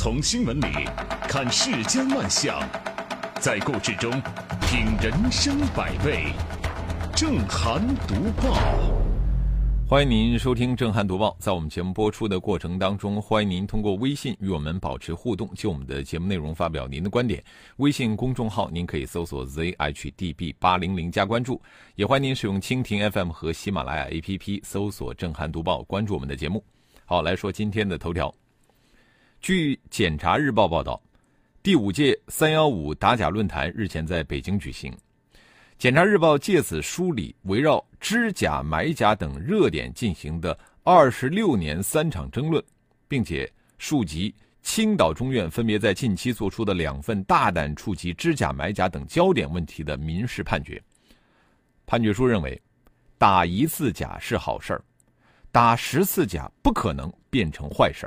从新闻里看世间万象，在故事中品人生百味。正涵读报， 欢迎您收听正涵读报。在我们节目播出的过程当中，欢迎您通过微信与我们保持互动，就我们的节目内容发表您的观点。微信公众号您可以搜索 ZHDB800 加关注，也欢迎您使用蜻蜓 FM 和喜马拉雅 APP 搜索正涵读报，关注我们的节目。好，来说今天的头条。据检察日报报道，第5届315打假论坛日前在北京举行。检察日报借此梳理围绕知假买假等热点进行的26年3场争论，并且述及青岛中院分别在近期作出的2份大胆触及知假买假等焦点问题的民事判决。判决书认为，打1次假是好事儿，打10次假不可能变成坏事儿。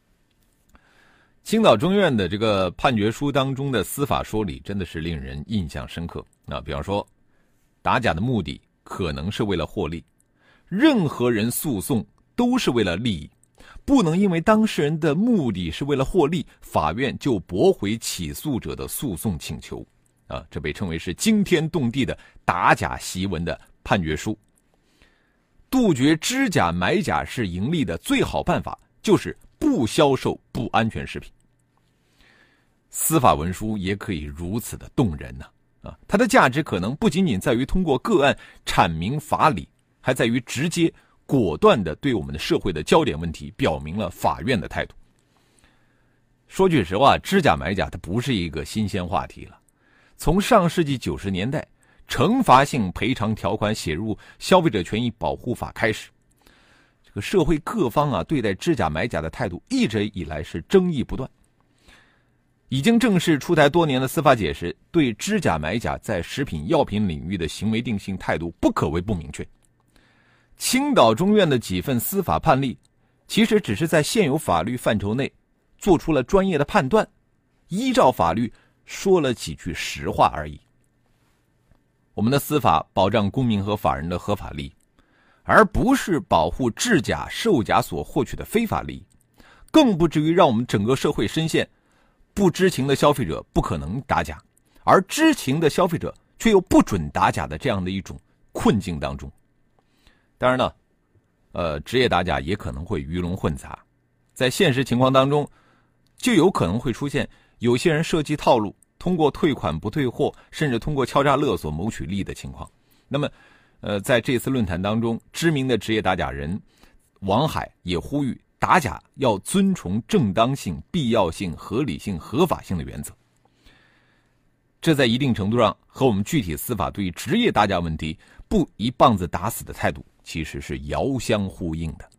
青岛中院的这个判决书当中的司法说理真的是令人印象深刻。比方说，打假的目的可能是为了获利，任何人诉讼都是为了利益，不能因为当事人的目的是为了获利，法院就驳回起诉者的诉讼请求。这被称为是惊天动地的打假檄文的判决书。杜绝知假买假是盈利的最好办法，就是不销售不安全食品。司法文书也可以如此的动人它的价值可能不仅仅在于通过个案阐明法理，还在于直接果断地对我们的社会的焦点问题表明了法院的态度。说句实话，知假买假它不是一个新鲜话题了。从上世纪90年代惩罚性赔偿条款写入消费者权益保护法开始，这个社会各方对待知假买假的态度一直以来是争议不断。已经正式出台多年的司法解释，对知假买假在食品药品领域的行为定性态度不可谓不明确。青岛中院的几份司法判例其实只是在现有法律范畴内做出了专业的判断，依照法律说了几句实话而已。我们的司法保障公民和法人的合法利益，而不是保护制假售假所获取的非法利益，更不至于让我们整个社会深陷不知情的消费者不可能打假，而知情的消费者却又不准打假的这样的一种困境当中。当然了，职业打假也可能会鱼龙混杂，在现实情况当中，就有可能会出现有些人设计套路，通过退款不退货，甚至通过敲诈勒索谋取利益的情况。那么，在这次论坛当中，知名的职业打假人王海也呼吁打假要遵从正当性、必要性、合理性、合法性的原则。这在一定程度上和我们具体司法对于职业打假问题不一棒子打死的态度其实是遥相呼应的。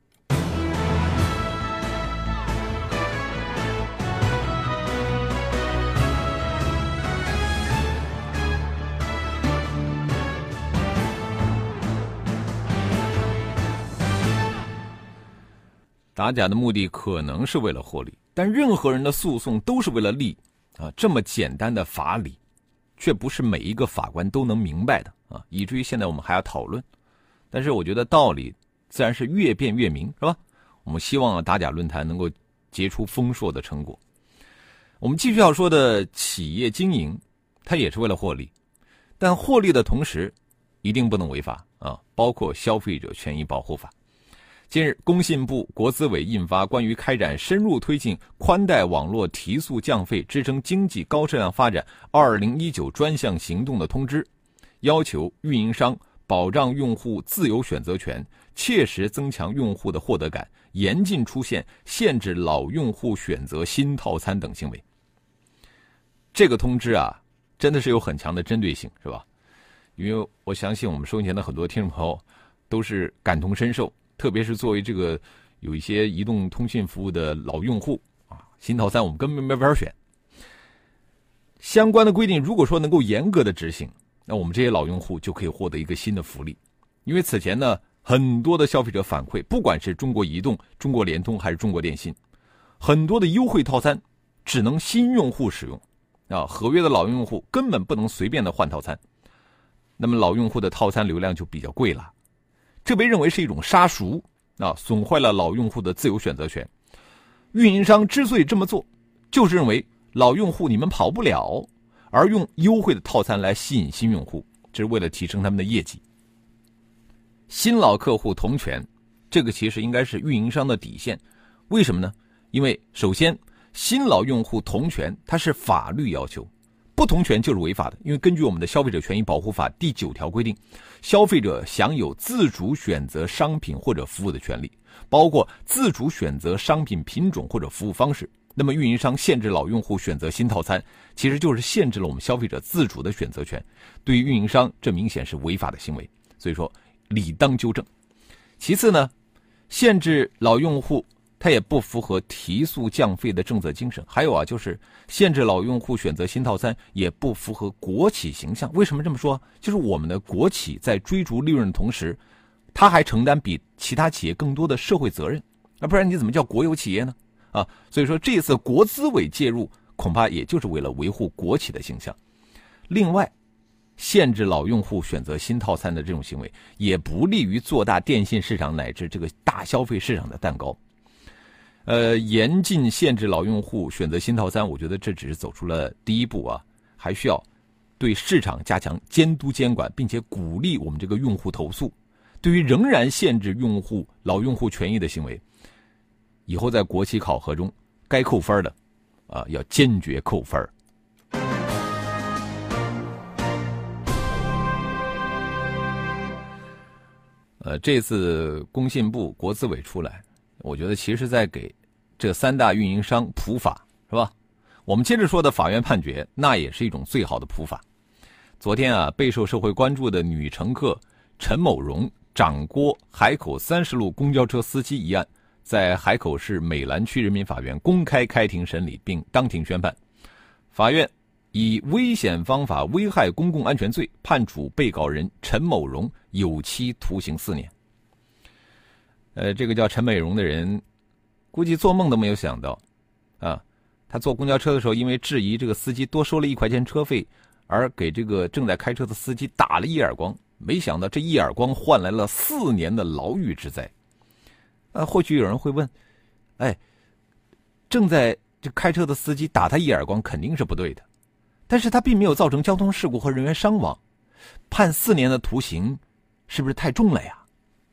打假的目的可能是为了获利，但任何人的诉讼都是为了利益这么简单的法理却不是每一个法官都能明白的以至于现在我们还要讨论。但是我觉得道理自然是越辩越明，是吧？我们希望打假论坛能够结出丰硕的成果。我们继续要说的企业经营，它也是为了获利，但获利的同时一定不能违法包括消费者权益保护法。近日，工信部、国资委印发关于开展深入推进宽带网络提速降费、支撑经济高质量发展2019专项行动的通知，要求运营商保障用户自由选择权，切实增强用户的获得感，严禁出现限制老用户选择新套餐等行为。这个通知真的是有很强的针对性，是吧？因为我相信我们收音前的很多听众朋友都是感同身受，特别是作为这个有一些移动通信服务的老用户新套餐我们根本没法选。相关的规定如果说能够严格的执行，那我们这些老用户就可以获得一个新的福利。因为此前呢，很多的消费者反馈，不管是中国移动、中国联通还是中国电信，很多的优惠套餐只能新用户使用合约的老用户根本不能随便的换套餐，那么老用户的套餐流量就比较贵了。这被认为是一种杀熟损坏了老用户的自由选择权。 运营商之所以这么做，就是认为老用户你们跑不了，而用优惠的套餐来吸引新用户，这是为了提升他们的业绩。新老客户同权，这个其实应该是运营商的底线。为什么呢？因为首先新老用户同权它是法律要求，不同权就是违法的。因为根据我们的消费者权益保护法第9条规定，消费者享有自主选择商品或者服务的权利，包括自主选择商品品种或者服务方式。那么运营商限制老用户选择新套餐，其实就是限制了我们消费者自主的选择权。对于运营商，这明显是违法的行为，所以说理当纠正。其次呢，限制老用户它也不符合提速降费的政策精神。还有啊，就是限制老用户选择新套餐也不符合国企形象。为什么这么说？就是我们的国企在追逐利润的同时，它还承担比其他企业更多的社会责任，不然你怎么叫国有企业呢？所以说这次国资委介入，恐怕也就是为了维护国企的形象。另外，限制老用户选择新套餐的这种行为，也不利于做大电信市场乃至这个大消费市场的蛋糕。严禁限制老用户选择新套餐，我觉得这只是走出了第一步啊，还需要对市场加强监督监管，并且鼓励我们这个用户投诉。对于仍然限制老用户权益的行为，以后在国企考核中该扣分的要坚决扣分。这次工信部国资委出来，我觉得其实在给这3大运营商普法，是吧？我们接着说的法院判决，那也是一种最好的普法。昨天备受社会关注的女乘客陈某荣掌掴海口30路公交车司机一案，在海口市美兰区人民法院公开开庭审理并当庭宣判。法院以危险方法危害公共安全罪判处被告人陈某荣有期徒刑4年。这个叫陈美荣的人估计做梦都没有想到他坐公交车的时候，因为质疑这个司机多收了1块钱车费，而给这个正在开车的司机打了一耳光，没想到这一耳光换来了4年的牢狱之灾。或许有人会问，正在这开车的司机打他一耳光肯定是不对的，但是他并没有造成交通事故和人员伤亡，判4年的徒刑是不是太重了呀？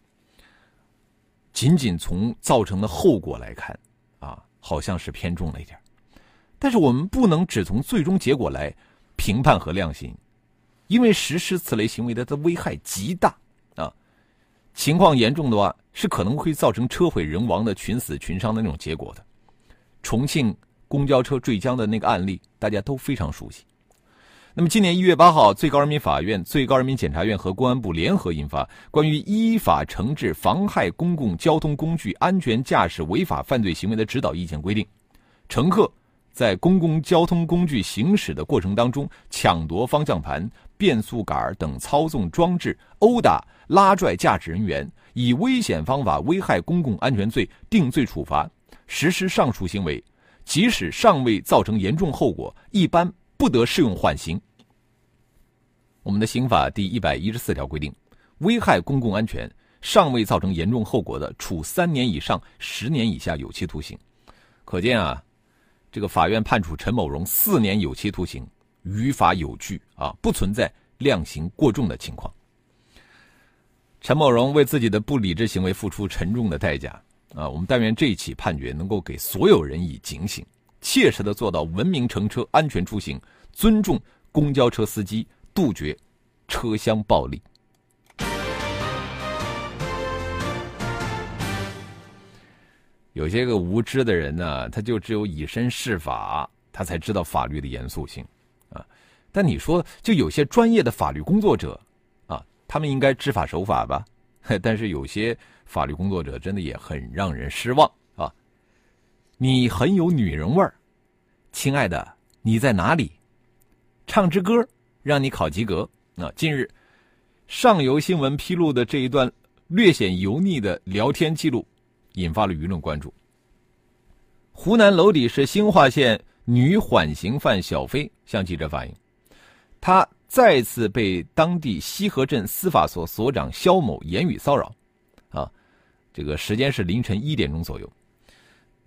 仅仅从造成的后果来看好像是偏重了一点，但是我们不能只从最终结果来评判和量刑，因为实施此类行为的危害极大情况严重的话，是可能会造成车毁人亡的群死群伤的那种结果的。重庆公交车坠江的那个案例大家都非常熟悉。那么今年1月8号，最高人民法院、最高人民检察院和公安部联合印发《关于依法惩治妨害公共交通工具安全驾驶违法犯罪行为的指导意见》规定，乘客在公共交通工具行驶的过程当中抢夺方向盘、变速杆等操纵装置，殴打、拉拽驾驶人员，以危险方法危害公共安全罪定罪处罚。实施上述行为，即使尚未造成严重后果，一般不得适用缓刑。我们的刑法第114条规定，危害公共安全尚未造成严重后果的，处3年以上10年以下有期徒刑。可见这个法院判处陈某荣4年有期徒刑，于法有据不存在量刑过重的情况。陈某荣为自己的不理智行为付出沉重的代价我们但愿这一起判决能够给所有人以警醒，切实的做到文明乘车、安全出行，尊重公交车司机，杜绝车厢暴力。有些个无知的人呢，他就只有以身试法，他才知道法律的严肃性但你说，就有些专业的法律工作者他们应该知法守法吧？但是有些法律工作者真的也很让人失望你很有女人味儿，亲爱的，你在哪里？唱支歌让你考及格近日上游新闻披露的这一段略显油腻的聊天记录引发了舆论关注。湖南娄底市兴化县女缓刑犯小飞向记者反映，她再次被当地西河镇司法所所长肖某言语骚扰这个时间是凌晨1点钟左右。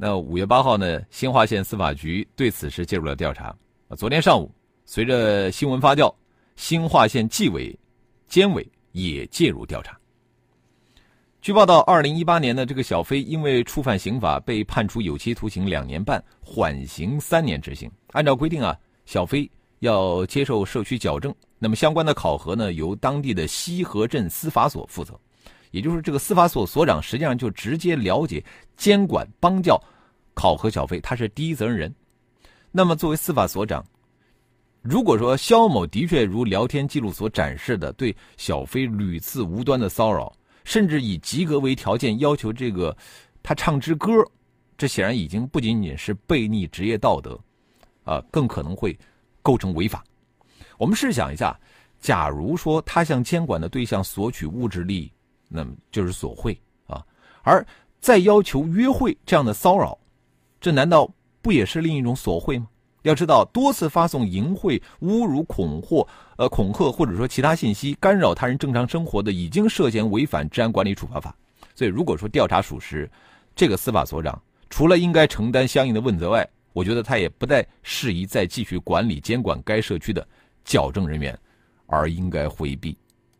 那5月8号呢，新化县司法局对此事介入了调查。昨天上午，随着新闻发酵，新化县纪委、监委也介入调查。据报道，2018年呢，这个小飞因为触犯刑法被判处有期徒刑2年半，缓刑3年执行。按照规定啊，小飞要接受社区矫正，那么相关的考核呢，由当地的西河镇司法所负责。也就是这个司法所所长实际上就直接了解、监管、帮教、考核小飞，他是第一责任人。那么作为司法所长，如果说肖某的确如聊天记录所展示的，对小飞屡次无端的骚扰，甚至以及格为条件要求这个他唱支歌，这显然已经不仅仅是背逆职业道德，更可能会构成违法。我们试想一下，假如说他向监管的对象索取物质利益，那么就是索贿啊，而再要求约会这样的骚扰，这难道不也是另一种索贿吗？要知道，多次发送淫秽、侮辱、恐吓或者说其他信息，干扰他人正常生活的，已经涉嫌违反治安管理处罚法。所以，如果说调查属实，这个司法所长除了应该承担相应的问责外，我觉得他也不再适宜再继续管理监管该社区的矫正人员，而应该回避。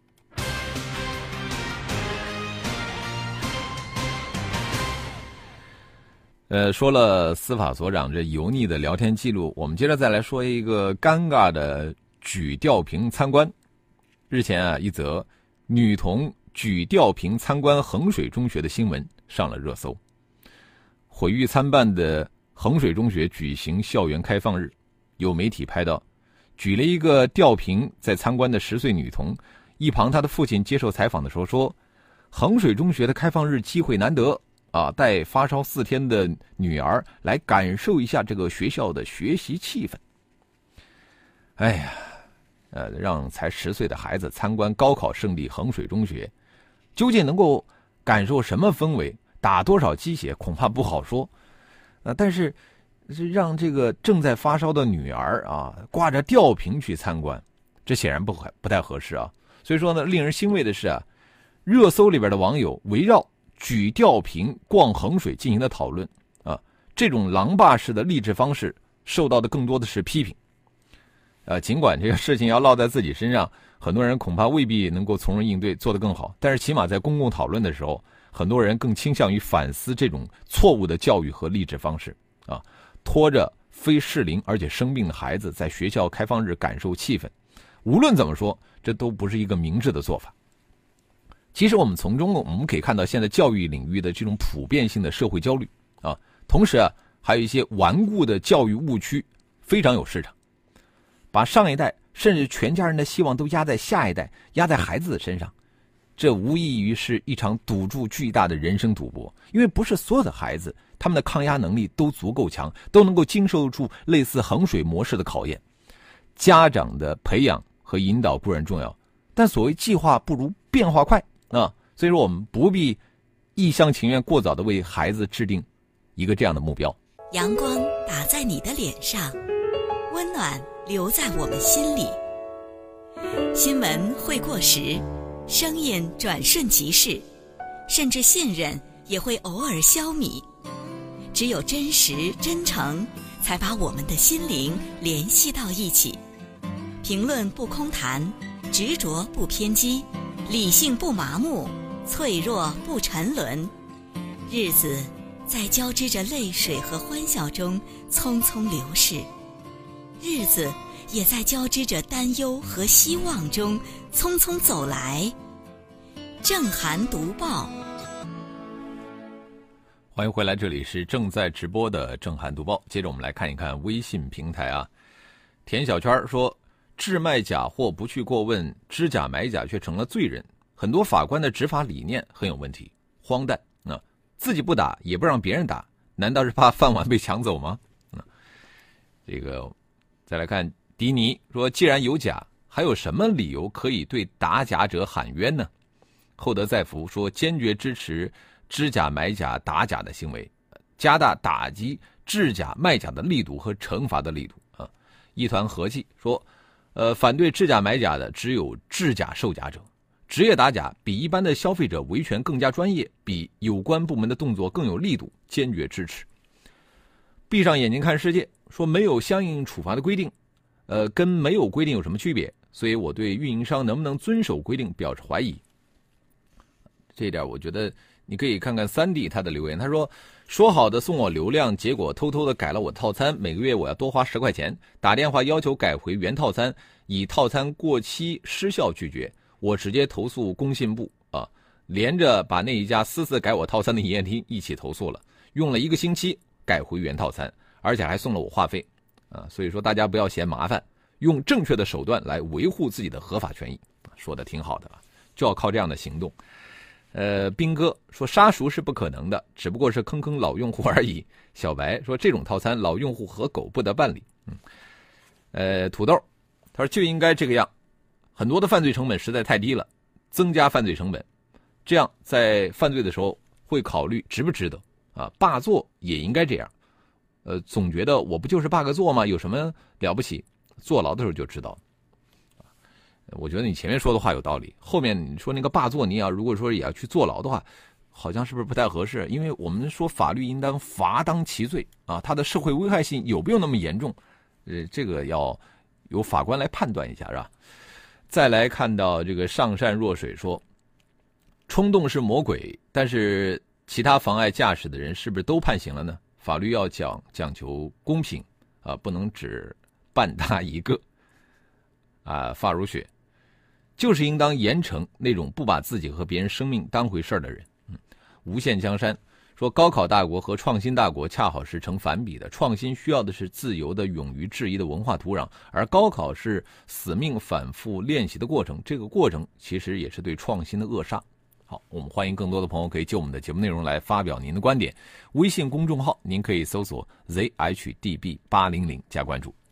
说了司法所长这油腻的聊天记录，我们接着再来说一个尴尬的举吊瓶参观。日前啊，一则女童举吊瓶参观衡水中学的新闻上了热搜。毁誉参半的衡水中学举行校园开放日，有媒体拍到举了一个吊瓶在参观的10岁女童，一旁她的父亲接受采访的时候说，衡水中学的开放日机会难得带发烧4天的女儿来感受一下这个学校的学习气氛。哎呀，让才10岁的孩子参观高考圣地衡水中学，究竟能够感受什么氛围，打多少鸡血，恐怕不好说。但是让这个正在发烧的女儿挂着吊瓶去参观，这显然不太合适啊。所以说呢，令人欣慰的是热搜里边的网友围绕举吊瓶逛衡水进行的讨论这种狼爸式的励志方式受到的更多的是批评。尽管这个事情要落在自己身上，很多人恐怕未必能够从容应对，做得更好，但是起码在公共讨论的时候，很多人更倾向于反思这种错误的教育和励志方式拖着非适龄而且生病的孩子在学校开放日感受气氛，无论怎么说，这都不是一个明智的做法。其实我们从中我们可以看到现在教育领域的这种普遍性的社会焦虑同时还有一些顽固的教育误区非常有市场，把上一代甚至全家人的希望都压在下一代，压在孩子的身上，这无异于是一场赌注巨大的人生赌博。因为不是所有的孩子他们的抗压能力都足够强，都能够经受住类似衡水模式的考验。家长的培养和引导固然重要，但所谓计划不如变化快所以说我们不必一厢情愿过早的为孩子制定一个这样的目标。 阳光打在你的脸上，温暖留在我们心里。新闻会过时，声音转瞬即逝，甚至信任也会偶尔消弭。只有真实真诚，才把我们的心灵联系到一起。评论不空谈，执着不偏激，理性不麻木，脆弱不沉沦。日子在交织着泪水和欢笑中匆匆流逝，日子也在交织着担忧和希望中匆匆走来。正涵读报， 欢迎回来，这里是正在直播的正涵读报。接着我们来看一看微信平台田小圈说，制卖假货不去过问，知假买假却成了罪人，很多法官的执法理念很有问题，荒诞自己不打也不让别人打，难道是怕饭碗被抢走吗？这个再来看迪尼说，既然有假，还有什么理由可以对打假者喊冤呢？厚德载福说，坚决支持知假买假打假的行为，加大打击制假卖假的力度和惩罚的力度一团和气说，反对制假买假的只有制假售假者，职业打假比一般的消费者维权更加专业，比有关部门的动作更有力度，坚决支持。 闭上眼睛看世界，说没有相应处罚的规定，跟没有规定有什么区别？所以我对运营商能不能遵守规定表示怀疑。这一点我觉得你可以看看3D 他的留言，他说好的送我流量，结果偷偷的改了我套餐，每个月我要多花10块钱，打电话要求改回原套餐，以套餐过期失效拒绝，我直接投诉工信部啊，连着把那一家私自改我套餐的营业厅一起投诉了，用了1个星期改回原套餐，而且还送了我话费啊，所以说大家不要嫌麻烦，用正确的手段来维护自己的合法权益，说的挺好的啊，就要靠这样的行动。斌哥说杀熟是不可能的，只不过是坑老用户而已。小白说这种套餐老用户和狗不得办理。土豆他说就应该这个样，很多的犯罪成本实在太低了，增加犯罪成本，这样在犯罪的时候会考虑值不值得啊？霸座也应该这样。总觉得我不就是霸个座吗？有什么了不起？坐牢的时候就知道。我觉得你前面说的话有道理，后面你说那个霸座，你如果说也要去坐牢的话，好像是不是不太合适？因为我们说法律应当罚当其罪啊，它的社会危害性有没有那么严重？这个要由法官来判断一下，是吧？再来看到这个上善若水说，冲动是魔鬼，但是其他妨碍驾驶的人是不是都判刑了呢？法律要讲求公平啊，不能只办他一个啊。发如雪。就是应当严惩那种不把自己和别人生命当回事的人。无限江山说，高考大国和创新大国恰好是成反比的，创新需要的是自由的、勇于质疑的文化土壤，而高考是死命反复练习的过程，这个过程其实也是对创新的扼杀。好，我们欢迎更多的朋友可以就我们的节目内容来发表您的观点。微信公众号您可以搜索 ZHDB800 加关注。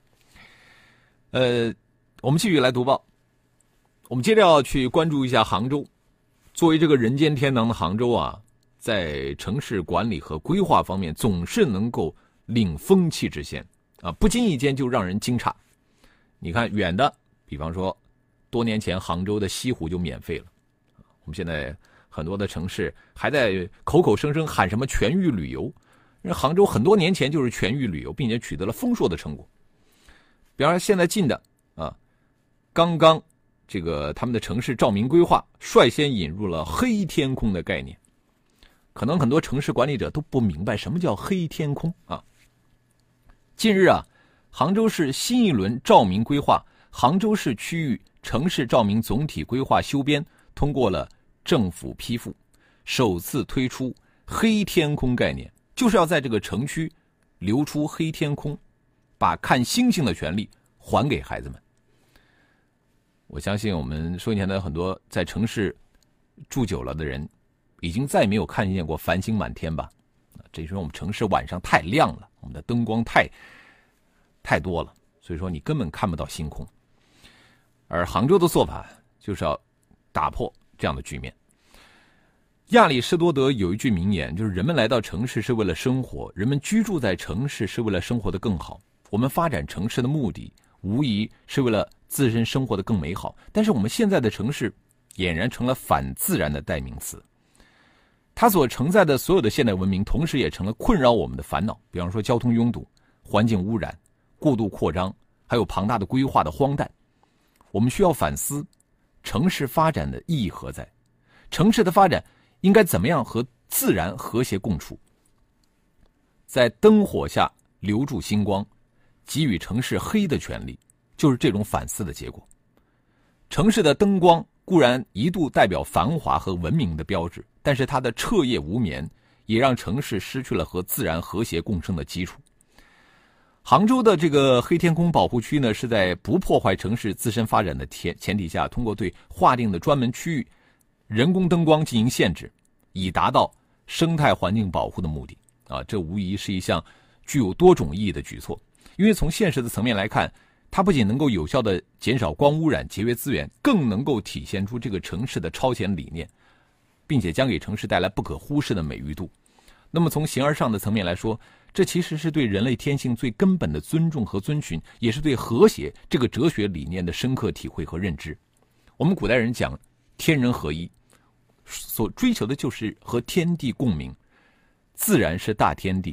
我们继续来读报。我们接着要去关注一下杭州。作为这个人间天堂的杭州啊，在城市管理和规划方面总是能够领风气之先啊，不经意间就让人惊诧。你看远的，比方说多年前杭州的西湖就免费了，我们现在很多的城市还在口口声声喊什么全域旅游，杭州很多年前就是全域旅游，并且取得了丰硕的成果。比方说现在近的啊，刚刚这个他们的城市照明规划率先引入了黑天空的概念，可能很多城市管理者都不明白什么叫黑天空啊。近日啊，杭州市新一轮照明规划杭州市区域城市照明总体规划修编通过了政府批复，首次推出黑天空概念，就是要在这个城区留出黑天空，把看星星的权利还给孩子们。我相信我们收音前的很多在城市住久了的人，已经再也没有看见过繁星满天吧？这是因为我们城市晚上太亮了，我们的灯光太多了，所以说你根本看不到星空。而杭州的做法就是要打破这样的局面。亚里士多德有一句名言，就是人们来到城市是为了生活，人们居住在城市是为了生活得更好。我们发展城市的目的无疑是为了自身生活得更美好，但是我们现在的城市俨然成了反自然的代名词。它所承载的所有的现代文明，同时也成了困扰我们的烦恼，比方说交通拥堵、环境污染、过度扩张，还有庞大的规划的荒诞。我们需要反思城市发展的意义何在，城市的发展应该怎么样和自然和谐共处，在灯火下留住星光，给予城市黑的权利，就是这种反思的结果。城市的灯光固然一度代表繁华和文明的标志，但是它的彻夜无眠也让城市失去了和自然和谐共生的基础。杭州的这个黑天空保护区呢，是在不破坏城市自身发展的前提下，通过对划定的专门区域人工灯光进行限制，以达到生态环境保护的目的啊。这无疑是一项具有多种意义的举措，因为从现实的层面来看，它不仅能够有效地减少光污染、节约资源，更能够体现出这个城市的超前理念，并且将给城市带来不可忽视的美誉度。那么从形而上的层面来说，这其实是对人类天性最根本的尊重和遵循，也是对和谐这个哲学理念的深刻体会和认知。我们古代人讲天人合一，所追求的就是和天地共鸣。自然是大天地，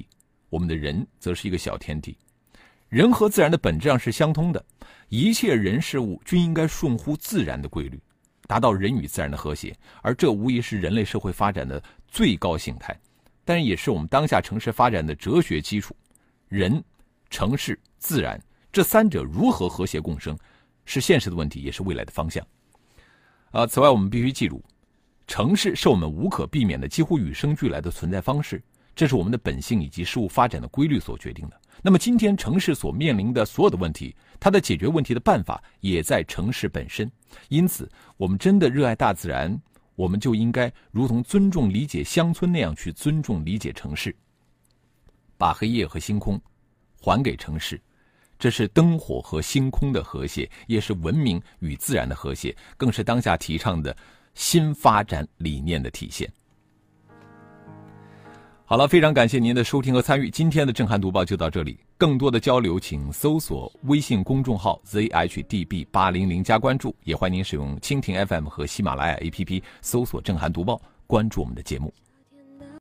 我们的人则是一个小天体。人和自然的本质上是相通的，一切人事物均应该顺乎自然的规律，达到人与自然的和谐，而这无疑是人类社会发展的最高形态，但也是我们当下城市发展的哲学基础。人、城市、自然这三者如何和谐共生，是现实的问题，也是未来的方向。此外我们必须记住，城市是我们无可避免的几乎与生俱来的存在方式，这是我们的本性以及事物发展的规律所决定的。那么今天城市所面临的所有的问题，它的解决问题的办法也在城市本身。因此我们真的热爱大自然，我们就应该如同尊重理解乡村那样去尊重理解城市，把黑夜和星空还给城市，这是灯火和星空的和谐，也是文明与自然的和谐，更是当下提倡的新发展理念的体现。好了，非常感谢您的收听和参与，今天的震撼读报就到这里。更多的交流请搜索微信公众号 ZHDB800 加关注，也欢迎您使用蜻蜓 FM 和喜马拉雅 APP 搜索震撼读报，关注我们的节目。